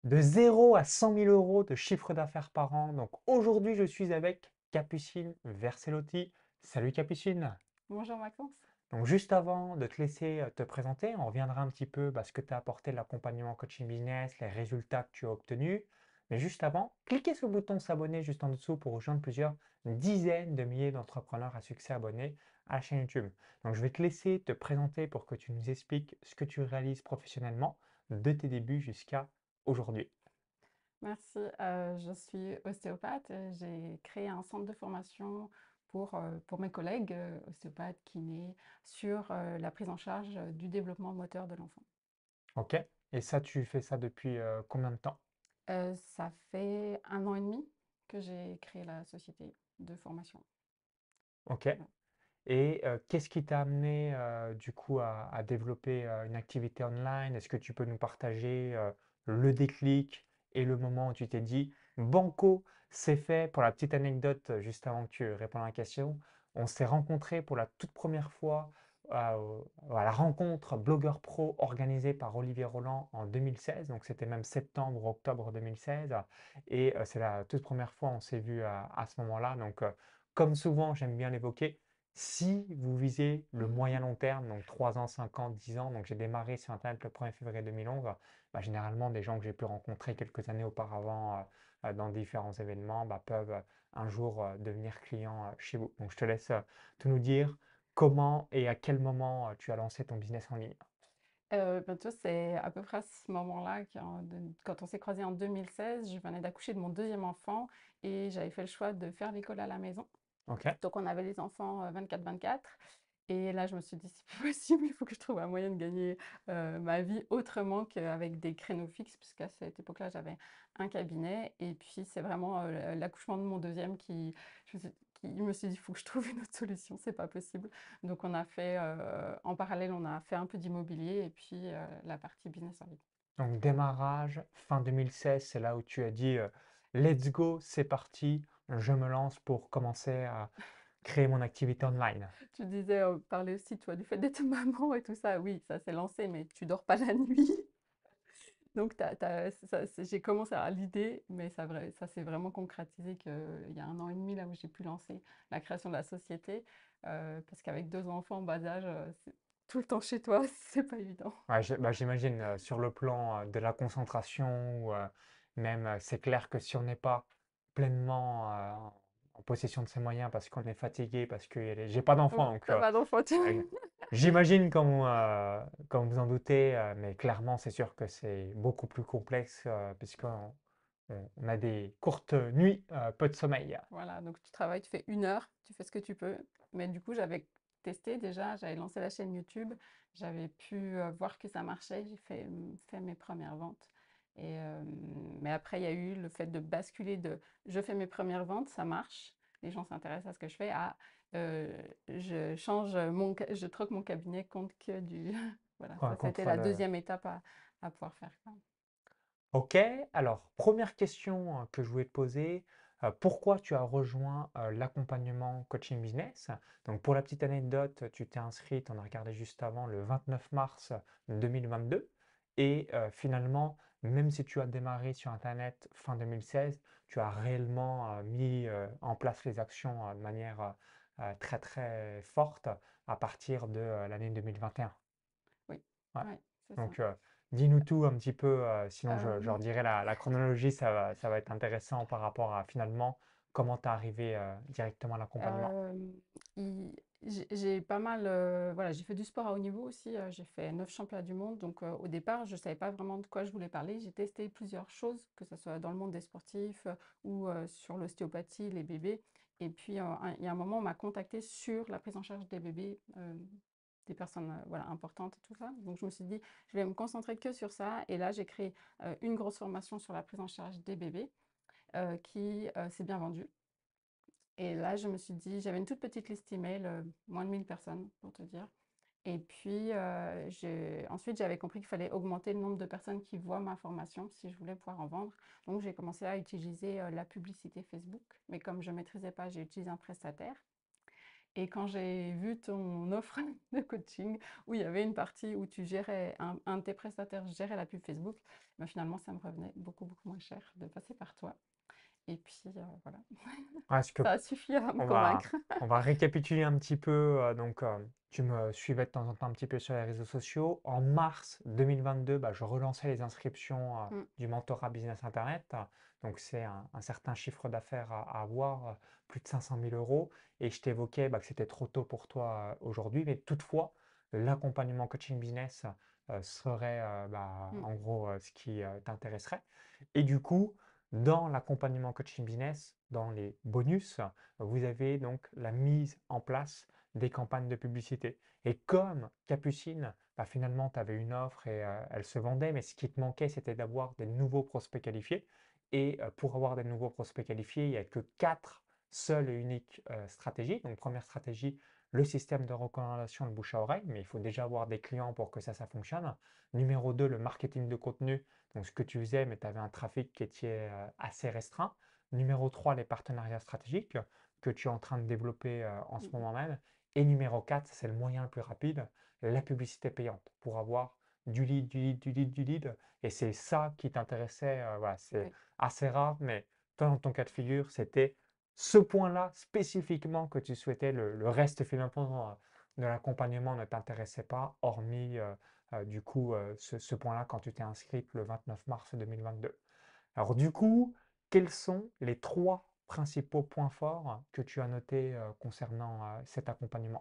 De 0 à 100 000 euros de chiffre d'affaires par an. Donc aujourd'hui, je suis avec Capucine Versellotti. Salut Capucine. Bonjour Maxence. Donc juste avant de te laisser te présenter, on reviendra un petit peu ce que tu as apporté de l'accompagnement coaching business, les résultats que tu as obtenus. Mais juste avant, cliquez sur le bouton s'abonner juste en dessous pour rejoindre plusieurs dizaines de milliers d'entrepreneurs à succès abonnés à la chaîne YouTube. Donc je vais te laisser te présenter pour que tu nous expliques ce que tu réalises professionnellement de tes débuts jusqu'à aujourd'hui. Merci. Je suis ostéopathe. J'ai créé un centre de formation pour mes collègues ostéopathes, kinés, sur la prise en charge du développement moteur de l'enfant. Ok. Et ça, tu fais ça depuis combien de temps? Ça fait 1 an et demi que j'ai créé la société de formation. Ok. Voilà. Et qu'est-ce qui t'a amené du coup à développer une activité online? Est-ce que tu peux nous partager le déclic et le moment où tu t'es dit, Banco, c'est fait. Pour la petite anecdote, juste avant que tu répondes à la question, on s'est rencontrés pour la toute première fois à la rencontre Blogueur Pro organisée par Olivier Roland en 2016. Donc c'était même septembre, octobre 2016. Et c'est la toute première fois on s'est vu à ce moment-là. Donc comme souvent, j'aime bien l'évoquer. Si vous visez le moyen long terme, donc 3 ans, 5 ans, 10 ans, donc j'ai démarré sur Internet le 1er février 2011, généralement des gens que j'ai pu rencontrer quelques années auparavant dans différents événements peuvent un jour devenir clients chez vous. Donc je te laisse tout nous dire comment et à quel moment tu as lancé ton business en ligne. Tu vois, c'est à peu près à ce moment-là, quand on s'est croisés en 2016, je venais d'accoucher de mon deuxième enfant et j'avais fait le choix de faire l'école à la maison. Ok? Donc on avait les enfants 24-24. Et là, je me suis dit, c'est pas possible, il faut que je trouve un moyen de gagner ma vie autrement qu'avec des créneaux fixes, puisqu'à cette époque-là, j'avais un cabinet. Et puis, c'est vraiment l'accouchement de mon deuxième qui me suis dit, il faut que je trouve une autre solution, c'est pas possible. Donc, on a fait, en parallèle, on a fait un peu d'immobilier et puis la partie business en ligne. Donc démarrage, fin 2016, c'est là où tu as dit let's go, c'est parti, je me lance pour commencer à créer mon activité online. Tu disais, parler aussi, toi, du fait d'être maman et tout ça. Oui, ça s'est lancé, mais tu dors pas la nuit. Donc, j'ai commencé à l'idée, mais ça s'est vraiment concrétisé qu'il y a 1 an et demi, là où j'ai pu lancer la création de la société. Parce qu'avec deux enfants en bas âge, c'est tout le temps chez toi, c'est pas évident. Ouais, j'imagine sur le plan de la concentration, ou même c'est clair que si on n'est pas pleinement en possession de ses moyens parce qu'on est fatigué, parce que j'ai pas Oh, d'enfant, donc t'as pas d'enfant, euh, j'imagine comme vous en doutez, mais clairement c'est sûr que c'est beaucoup plus complexe puisqu'on on a des courtes nuits, peu de sommeil. Voilà, donc tu travailles, tu fais 1 heure, tu fais ce que tu peux. Mais du coup, j'avais testé déjà, j'avais lancé la chaîne YouTube, j'avais pu voir que ça marchait, j'ai fait mes premières ventes. Mais après, il y a eu le fait de basculer de je fais mes premières ventes, ça marche, les gens s'intéressent à ce que je fais, à euh, je troque mon cabinet contre que du. Voilà, ça c'était Contre la le, deuxième étape à pouvoir faire, quoi. Ok, alors première question que je voulais te poser, pourquoi tu as rejoint l'accompagnement coaching business? Donc pour la petite anecdote, tu t'es inscrite, on a regardé juste avant, le 29 mars 2022 et finalement, même si tu as démarré sur Internet fin 2016, tu as réellement mis en place les actions de manière très très forte à partir de l'année 2021. Oui, Ouais. ouais, c'est ça. Donc, dis-nous tout un petit peu, sinon je Euh, redirai la chronologie, ça va être intéressant par rapport à finalement comment tu es arrivé directement à l'accompagnement. Hem, il j'ai pas mal, voilà, j'ai fait du sport à haut niveau aussi, j'ai fait 9 championnats du monde, donc au départ, je savais pas vraiment de quoi je voulais parler. J'ai testé plusieurs choses, que ça soit dans le monde des sportifs, ou sur l'ostéopathie, les bébés et puis, il y a un moment, on m'a contactée sur la prise en charge des bébés, des personnes, voilà, importantes et tout ça. Donc je me suis dit: «Je vais me concentrer que sur ça» et là, j'ai créé, une grosse formation sur la prise en charge des bébés, qui, s'est bien vendue. Et là, je me suis dit, j'avais une toute petite liste email, moins de 1 000 personnes pour te dire. Et puis, ensuite, j'avais compris qu'il fallait augmenter le nombre de personnes qui voient ma formation si je voulais pouvoir en vendre. Donc, j'ai commencé à utiliser la publicité Facebook. Mais comme je ne maîtrisais pas, j'ai utilisé un prestataire. Et quand j'ai vu ton offre de coaching où il y avait une partie où tu gérais, un de tes prestataires gérait la pub Facebook, bah, finalement, ça me revenait beaucoup, beaucoup moins cher de passer par toi. Et puis, voilà, Ouais, est-ce que ça a suffi à me On va, convaincre. on va récapituler un petit peu. Donc, tu me suivais de temps en temps un petit peu sur les réseaux sociaux. En mars 2022, bah, je relançais les inscriptions Mm, du mentorat Business Internet. Donc, c'est un certain chiffre d'affaires à avoir, plus de 500 000 euros. Et je t'évoquais bah, que c'était trop tôt pour toi aujourd'hui. Mais toutefois, l'accompagnement coaching business serait bah, mm, en gros ce qui t'intéresserait. Et du coup, dans l'accompagnement coaching business, dans les bonus, vous avez donc la mise en place des campagnes de publicité. Et comme Capucine, bah, finalement, tu avais une offre et elle se vendait, mais ce qui te manquait, c'était d'avoir des nouveaux prospects qualifiés. Et pour avoir des nouveaux prospects qualifiés, il n'y a que quatre seules et uniques stratégies. Donc, première stratégie, le système de recommandation, le bouche à oreille, mais il faut déjà avoir des clients pour que ça fonctionne. Numéro 2, le marketing de contenu, donc ce que tu faisais, mais tu avais un trafic qui était assez restreint. Numéro 3, les partenariats stratégiques que tu es en train de développer en ce mm, moment même. Et numéro 4, c'est le moyen le plus rapide, la publicité payante pour avoir du lead, du lead, du lead, du lead. Et c'est ça qui t'intéressait. Voilà, c'est oui, assez rare, mais toi, dans ton cas de figure, c'était ce point-là spécifiquement que tu souhaitais. Le reste, finalement, de l'accompagnement ne t'intéressait pas, hormis du coup ce point-là quand tu t'es inscrite le 29 mars 2022. Alors du coup, quels sont les trois principaux points forts que tu as notés concernant cet accompagnement?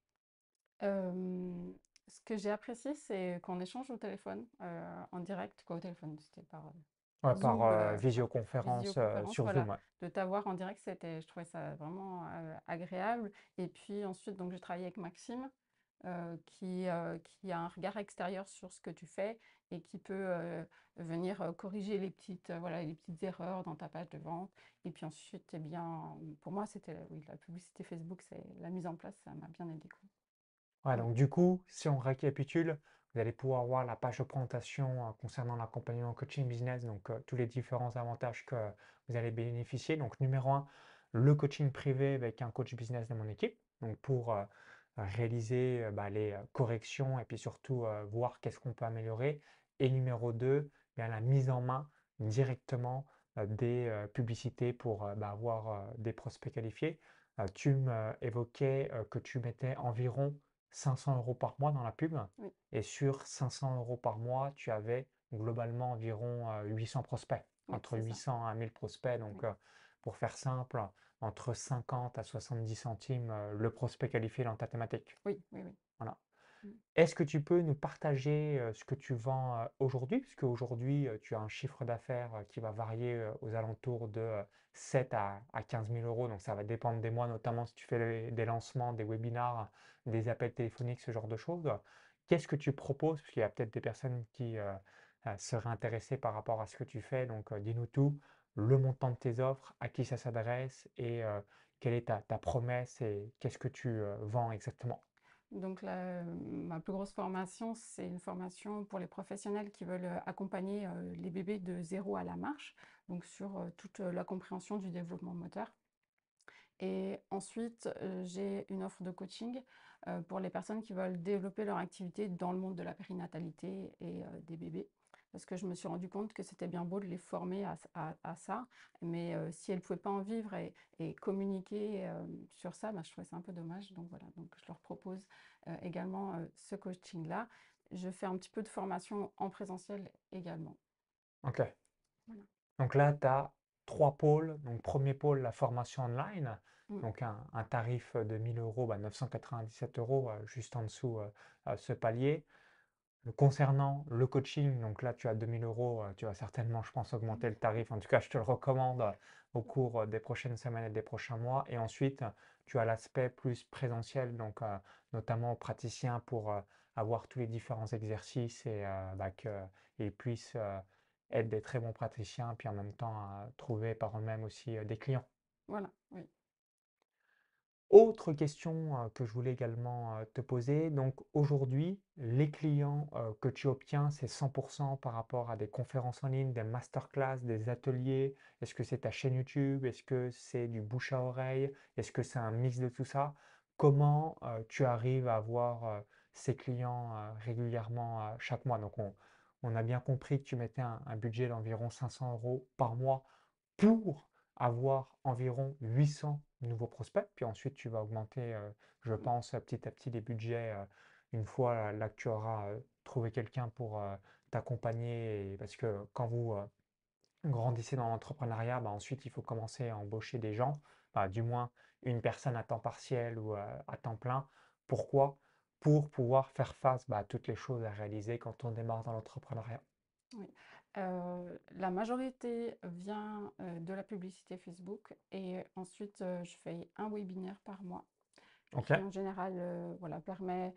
Hem, ce que j'ai apprécié, c'est qu'on échange au téléphone, en direct, quoi, au téléphone, c'était par, Ouais, par Zoom, voilà, visioconférence visioconférence, sur voilà. Zoom. Ouais. De t'avoir en direct, je trouvais ça vraiment, agréable. Et puis ensuite, donc j'ai travaillé avec Maxime, qui a un regard extérieur sur ce que tu fais et qui peut, venir, corriger les petites, voilà, les petites erreurs dans ta page de vente. Et puis ensuite, eh bien, pour moi, c'était, oui, la publicité Facebook, c'est la mise en place, ça m'a bien aidé quoi. Ouais, Mmh. donc du coup, si on récapitule, vous allez pouvoir voir la page de présentation concernant l'accompagnement coaching business, donc tous les différents avantages que vous allez bénéficier. Donc numéro un, le coaching privé avec un coach business de mon équipe, donc pour réaliser bah, les corrections et puis surtout voir qu'est-ce qu'on peut améliorer. Et numéro 2, bien, la mise en main directement des publicités pour bah, avoir des prospects qualifiés. Tu évoquais que tu mettais environ 500 euros par mois dans la pub. Oui, Et sur 500 euros par mois, tu avais globalement environ 800 prospects, oui, entre c'est ça. 800 à 1000 prospects. Donc, Oui, pour faire simple, entre 50 à 70 centimes le prospect qualifié dans ta thématique. oui, oui, oui. Voilà. Mmh. Est-ce que tu peux nous partager ce que tu vends aujourd'hui? Puisque aujourd'hui, tu as un chiffre d'affaires qui va varier aux alentours de 7 à 15 000 euros. Donc, ça va dépendre des mois, notamment si tu fais des lancements, des webinars, des appels téléphoniques, ce genre de choses. Qu'est-ce que tu proposes? Parce qu'il y a peut-être des personnes qui seraient intéressées par rapport à ce que tu fais. Donc, dis-nous tout, le montant de tes offres, à qui ça s'adresse et quelle est ta promesse et qu'est-ce que tu vends exactement? Donc ma plus grosse formation, c'est une formation pour les professionnels qui veulent accompagner les bébés de 0 à la marche, donc sur toute la compréhension du développement moteur. Et ensuite, j'ai une offre de coaching pour les personnes qui veulent développer leur activité dans le monde de la périnatalité et des bébés. Parce que je me suis rendu compte que c'était bien beau de les former à ça, mais si elles ne pouvaient pas en vivre et communiquer sur ça, bah, je trouvais ça un peu dommage. Donc voilà, donc je leur propose également ce coaching-là. Je fais un petit peu de formation en présentiel également. Ok. Voilà. Donc là, tu as trois pôles. Donc, premier pôle, la formation online. Mm. Donc, un tarif de 1000 euros, bah, 997 euros, juste en dessous ce palier. Concernant le coaching, donc là, tu as 2000 euros. Tu vas certainement, je pense, augmenter le tarif. En tout cas, je te le recommande au cours des prochaines semaines et des prochains mois. Et ensuite, tu as l'aspect plus présentiel, donc notamment aux praticiens pour avoir tous les différents exercices et bah, qu'ils puissent être des très bons praticiens, puis en même temps trouver par eux-mêmes aussi des clients. Voilà, oui. Autre question que je voulais également te poser, donc aujourd'hui, les clients que tu obtiens, c'est 100% par rapport à des conférences en ligne, des masterclass, des ateliers. Est-ce que c'est ta chaîne YouTube? Est-ce que c'est du bouche à oreille? Est-ce que c'est un mix de tout ça? comment tu arrives à avoir ces clients régulièrement chaque mois? Donc, on a bien compris que tu mettais un budget d'environ 500 euros par mois pour avoir environ 800 nouveaux prospects. Puis ensuite, tu vas augmenter, je Mmh, pense, petit à petit les budgets une fois là que tu auras trouvé quelqu'un pour t'accompagner. Parce que quand vous grandissez dans l'entrepreneuriat, bah, ensuite, il faut commencer à embaucher des gens, bah, du moins une personne à temps partiel ou à temps plein. Pourquoi? Pour pouvoir faire face bah, à toutes les choses à réaliser quand on démarre dans l'entrepreneuriat. oui. La majorité vient, de la publicité Facebook et ensuite, je fais un webinaire par mois OK? qui en général, voilà, permet,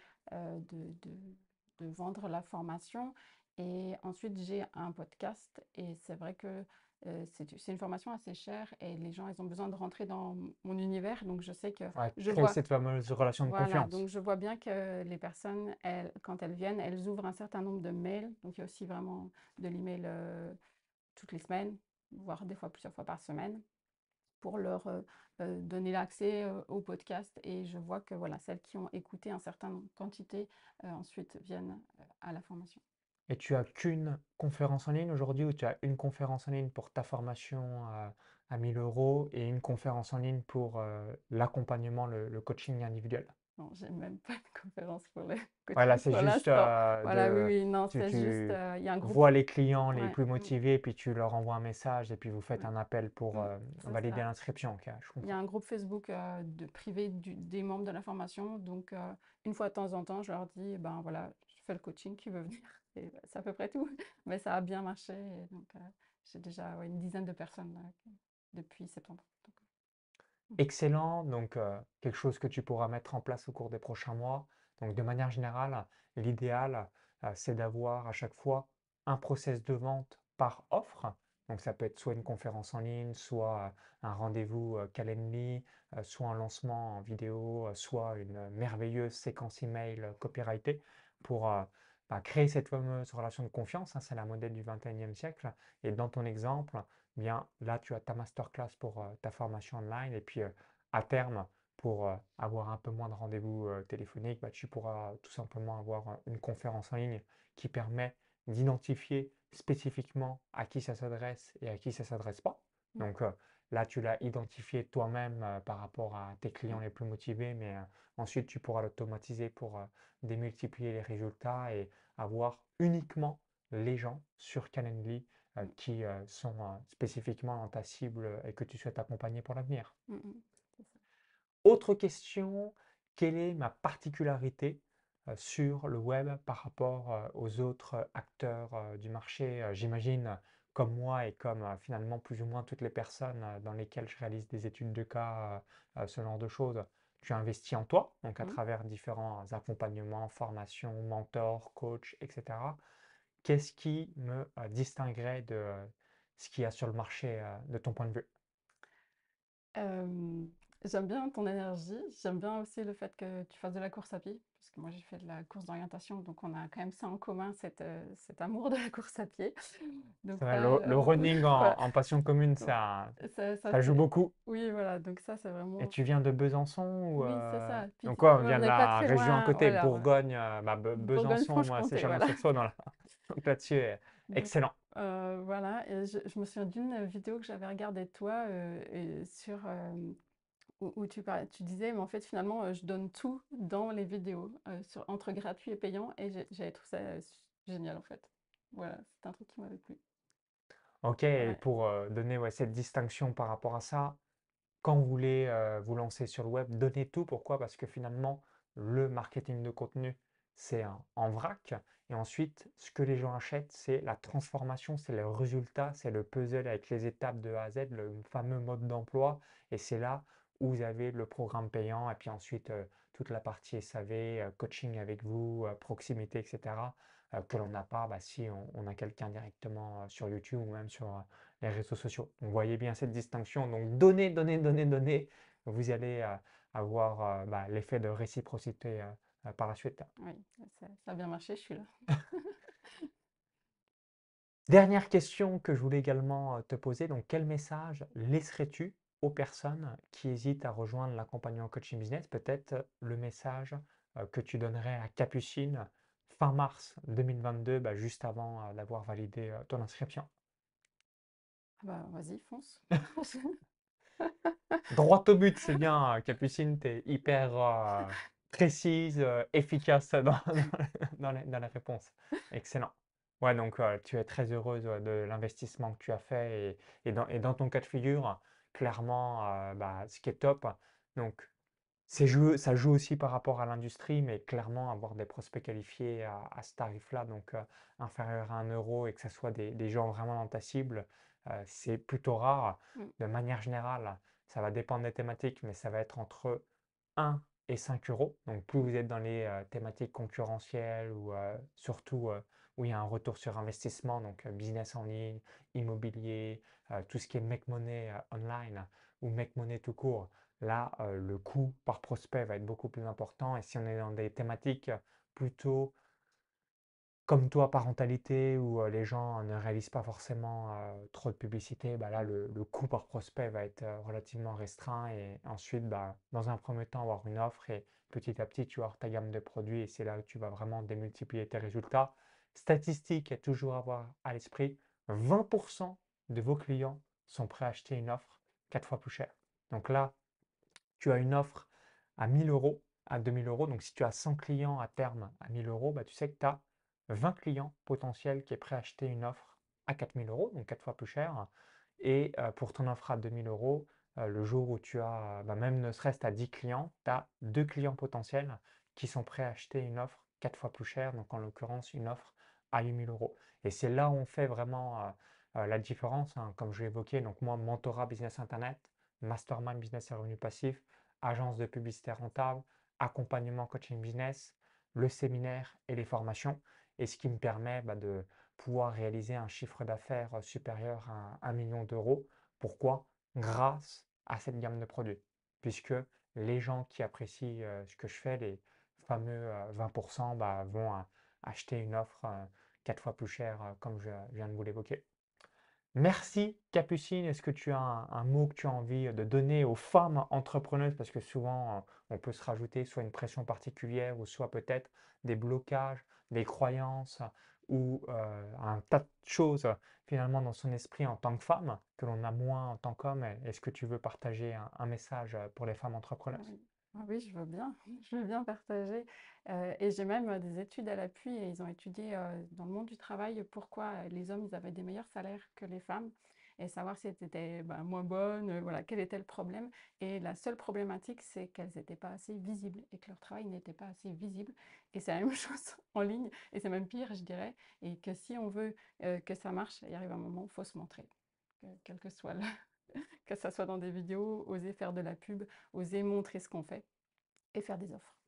de vendre la formation et ensuite j'ai un podcast et c'est vrai que, c'est une formation assez chère et les gens, ils ont besoin de rentrer dans mon univers donc je sais que Ouais, je créer vois cette fameuse relation de voilà, donc confiance. je vois bien que les personnes, quand elles viennent, elles ouvrent un certain nombre de mails. Donc il y a aussi vraiment de l'email toutes les semaines, voire des fois plusieurs fois par semaine, pour leur donner l'accès au podcast. Et je vois que voilà, celles qui ont écouté un certain quantité ensuite viennent à la formation. Et tu as qu'une conférence en ligne aujourd'hui ou tu as une conférence en ligne pour ta formation à 1000 euros et une conférence en ligne pour l'accompagnement, le coaching individuel? Non, j'ai même pas de conférence pour le Voilà, coaching c'est pour juste l'instant. Voilà, oui, oui, non, tu, c'est juste, tu il y a un groupe. vois les clients les Ouais, plus motivés, puis tu leur envoies un message et puis vous faites ouais, un appel pour c'est valider ça. l'inscription. Ok, je Il y a comprends. un groupe Facebook privé des membres de la formation. Donc, une fois de temps en temps, je leur dis, ben voilà, je fais le coaching, qui veut venir? Et ben, c'est à peu près tout. Mais ça a bien marché. Et donc, j'ai déjà ouais, une dizaine de personnes depuis septembre. Donc, Excellent, donc quelque chose que tu pourras mettre en place au cours des prochains mois. Donc de manière générale, l'idéal, c'est d'avoir à chaque fois un process de vente par offre. Donc ça peut être soit une conférence en ligne, soit un rendez-vous Calendly, soit un lancement en vidéo, soit une merveilleuse séquence email copyrightée pour bah, créer cette fameuse relation de confiance, hein, c'est la modèle du 21e siècle. Et dans ton exemple, bien là, tu as ta masterclass pour ta formation online et puis à terme, pour avoir un peu moins de rendez-vous téléphoniques, bah, tu pourras tout simplement avoir une conférence en ligne qui permet d'identifier spécifiquement à qui ça s'adresse et à qui ça ne s'adresse pas. mm, Donc là, tu l'as identifié toi-même par rapport à tes clients mm, les plus motivés, mais ensuite, tu pourras l'automatiser pour démultiplier les résultats et avoir uniquement les gens sur Calendly mm, qui sont spécifiquement dans ta cible et que tu souhaites accompagner pour l'avenir. mm, c'est ça. Autre question, quelle est ma particularité sur le web par rapport aux autres acteurs du marché? J'imagine, comme moi et comme finalement plus ou moins toutes les personnes dans lesquelles je réalise des études de cas, ce genre de choses, tu investis en toi, donc à Mm. travers différents accompagnements, formations, mentors, coachs, etc. Qu'est-ce qui me distinguerait de ce qu'il y a sur le marché de ton point de vue? Euh, J'aime bien ton énergie. J'aime bien aussi le fait que tu fasses de la course à pied, parce que moi j'ai fait de la course d'orientation, donc on a quand même ça en commun, cet amour de la course à pied. Donc C'est vrai, ça, le running voilà, en passion commune, ça, ça ça joue fait. beaucoup. Oui, voilà, donc ça c'est Et vraiment. tu viens de Besançon ou Oui, c'est ça. Puis donc quoi, on ouais, vient on de n'est pas la très région à loin, côté, voilà, ouais. Bourgogne, bah, Besançon, moi c'est Bourgogne-Franche-Comté, voilà. Chalon-sur-Saône, voilà. Donc là-dessus, Donc, excellent. voilà, et je me souviens d'une vidéo que j'avais regardée de toi et sur, où tu disais, mais en fait, finalement, je donne tout dans les vidéos, entre gratuit et payant, et j'avais trouvé ça génial, en fait. Voilà, c'est un truc qui m'avait plu. Ok, et Ouais. pour donner ouais, cette distinction par rapport à ça, quand vous voulez vous lancer sur le web, donnez tout. Pourquoi? Parce que finalement, le marketing de contenu, c'est en vrac. Et ensuite, ce que les gens achètent, c'est la transformation, c'est le résultat, c'est le puzzle avec les étapes de A à Z, le fameux mode d'emploi. Et c'est là où vous avez le programme payant et puis ensuite toute la partie SAV, coaching avec vous, proximité, etc. Que l'on n'a pas bah, si on a quelqu'un directement sur YouTube ou même sur les réseaux sociaux. Donc, vous voyez bien cette distinction. Donc, donnez, donnez, donnez, donnez. Vous allez avoir bah, l'effet de réciprocité par la suite. Oui, ça a bien marché, je suis là. Dernière question que je voulais également te poser. Donc, quel message laisserais-tu aux personnes qui hésitent à rejoindre l'accompagnement coaching business, peut-être le message que tu donnerais à Capucine fin mars 2022, bah, juste avant d'avoir validé ton inscription? Ah bah, vas-y, fonce. Droit au but, c'est bien, Capucine, tu es hyper précise, efficace dans les réponses. Excellent. Ouais, donc tu es très heureuse de l'investissement que tu as fait et dans ton cas de figure, clairement, bah, ce qui est top. Donc, ça joue aussi par rapport à l'industrie, mais clairement, avoir des prospects qualifiés à ce tarif-là, donc inférieur à 1 € et que ce soit des gens vraiment dans ta cible, c'est plutôt rare. Mm. De manière générale, ça va dépendre des thématiques, mais ça va être entre 1 et 5 €. Donc, plus vous êtes dans les thématiques concurrentielles ou surtout où il y a un retour sur investissement, donc business en ligne, immobilier, tout ce qui est make money online ou make money tout court, là, le coût par prospect va être beaucoup plus important. Et si on est dans des thématiques plutôt comme toi, parentalité, où les gens ne réalisent pas forcément trop de publicité, bah là, le coût par prospect va être relativement restreint. Et ensuite, bah, dans un premier temps, avoir une offre et petit à petit, tu vas avoir ta gamme de produits et c'est là où tu vas vraiment démultiplier tes résultats. Statistique à toujours avoir à l'esprit, 20% de vos clients sont prêts à acheter une offre 4 fois plus cher. Donc là, tu as une offre à 1 000 €, à 2 000 €. Donc, si tu as 100 clients à terme à 1 000 €, bah, tu sais que tu as 20 clients potentiels qui est prêt à acheter une offre à 4 000 €, donc 4 fois plus cher. Et pour ton offre à 2 000 €, le jour où tu as, bah, même ne serait-ce à 10 clients, tu as 2 clients potentiels qui sont prêts à acheter une offre 4 fois plus chère, donc en l'occurrence une offre à 8 000 €. Et c'est là où on fait vraiment la différence, hein, comme je l'ai évoqué. Donc moi, mentorat business internet, mastermind business et revenus passifs, agence de publicité rentable, accompagnement coaching business, le séminaire et les formations. Et ce qui me permet bah, de pouvoir réaliser un chiffre d'affaires supérieur à 1 million d'euros. Pourquoi? Grâce à cette gamme de produits. Puisque les gens qui apprécient ce que je fais, les fameux 20%, bah, vont acheter une offre 4 fois plus chère, comme je viens de vous l'évoquer. Merci Capucine. Est-ce que tu as un mot que tu as envie de donner aux femmes entrepreneuses? Parce que souvent, on peut se rajouter soit une pression particulière ou soit peut-être des blocages, des croyances ou un tas de choses finalement dans son esprit en tant que femme que l'on a moins en tant qu'homme. Est-ce que tu veux partager un message pour les femmes entrepreneuses? Oui. Ah oui, je veux bien, je veux bien partager. Et j'ai même des études à l'appui et ils ont étudié dans le monde du travail pourquoi les hommes ils avaient des meilleurs salaires que les femmes et savoir si elles étaient bah, moins bonnes, voilà, quel était le problème. Et la seule problématique, c'est qu'elles n'étaient pas assez visibles et que leur travail n'était pas assez visible. Et c'est la même chose en ligne et c'est même pire, je dirais. Et que si on veut que ça marche, il arrive un moment où il faut se montrer, quel que soit le, que ça soit dans des vidéos, oser faire de la pub, oser montrer ce qu'on fait et faire des offres.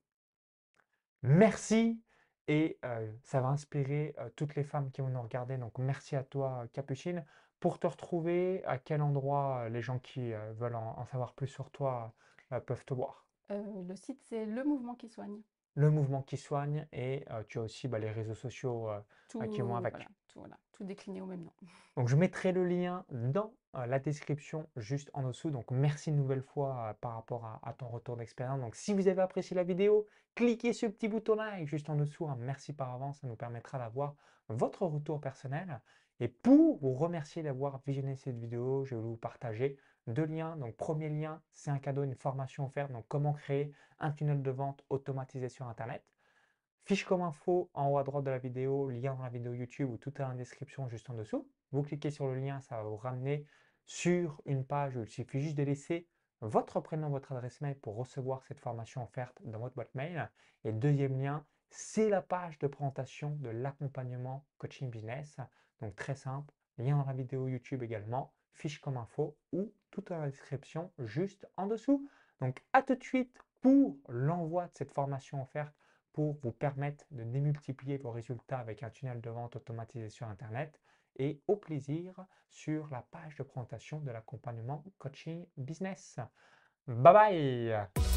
Merci et ça va inspirer toutes les femmes qui vont nous regarder. Donc merci à toi Capucine. Pour te retrouver, à quel endroit les gens qui veulent en savoir plus sur toi peuvent te voir? Le site, c'est Le Mouvement qui soigne. Le mouvement qui soigne et tu as aussi bah, les réseaux sociaux qui vont Tout, avec. voilà, tout décliné au même nom. Donc je mettrai le lien dans la description juste en dessous. Donc merci une nouvelle fois par rapport à ton retour d'expérience. Donc si vous avez apprécié la vidéo, cliquez sur le petit bouton like juste en dessous, hein. Merci par avance, ça nous permettra d'avoir votre retour personnel. Et pour vous remercier d'avoir visionné cette vidéo, je vais vous partager 2 liens. Donc premier lien, c'est un cadeau, une formation offerte. Donc comment créer un tunnel de vente automatisé sur Internet. Fiche comme info en haut à droite de la vidéo, lien dans la vidéo YouTube ou tout est dans la description juste en dessous. Vous cliquez sur le lien, ça va vous ramener sur une page où il suffit juste de laisser votre prénom, votre adresse mail pour recevoir cette formation offerte dans votre boîte mail. Et deuxième lien, c'est la page de présentation de l'accompagnement coaching business. Donc très simple, lien dans la vidéo YouTube également, fiche comme info ou tout est dans la description juste en dessous. Donc à tout de suite pour l'envoi de cette formation offerte pour vous permettre de démultiplier vos résultats avec un tunnel de vente automatisé sur Internet et au plaisir sur la page de présentation de l'accompagnement coaching business. Bye bye!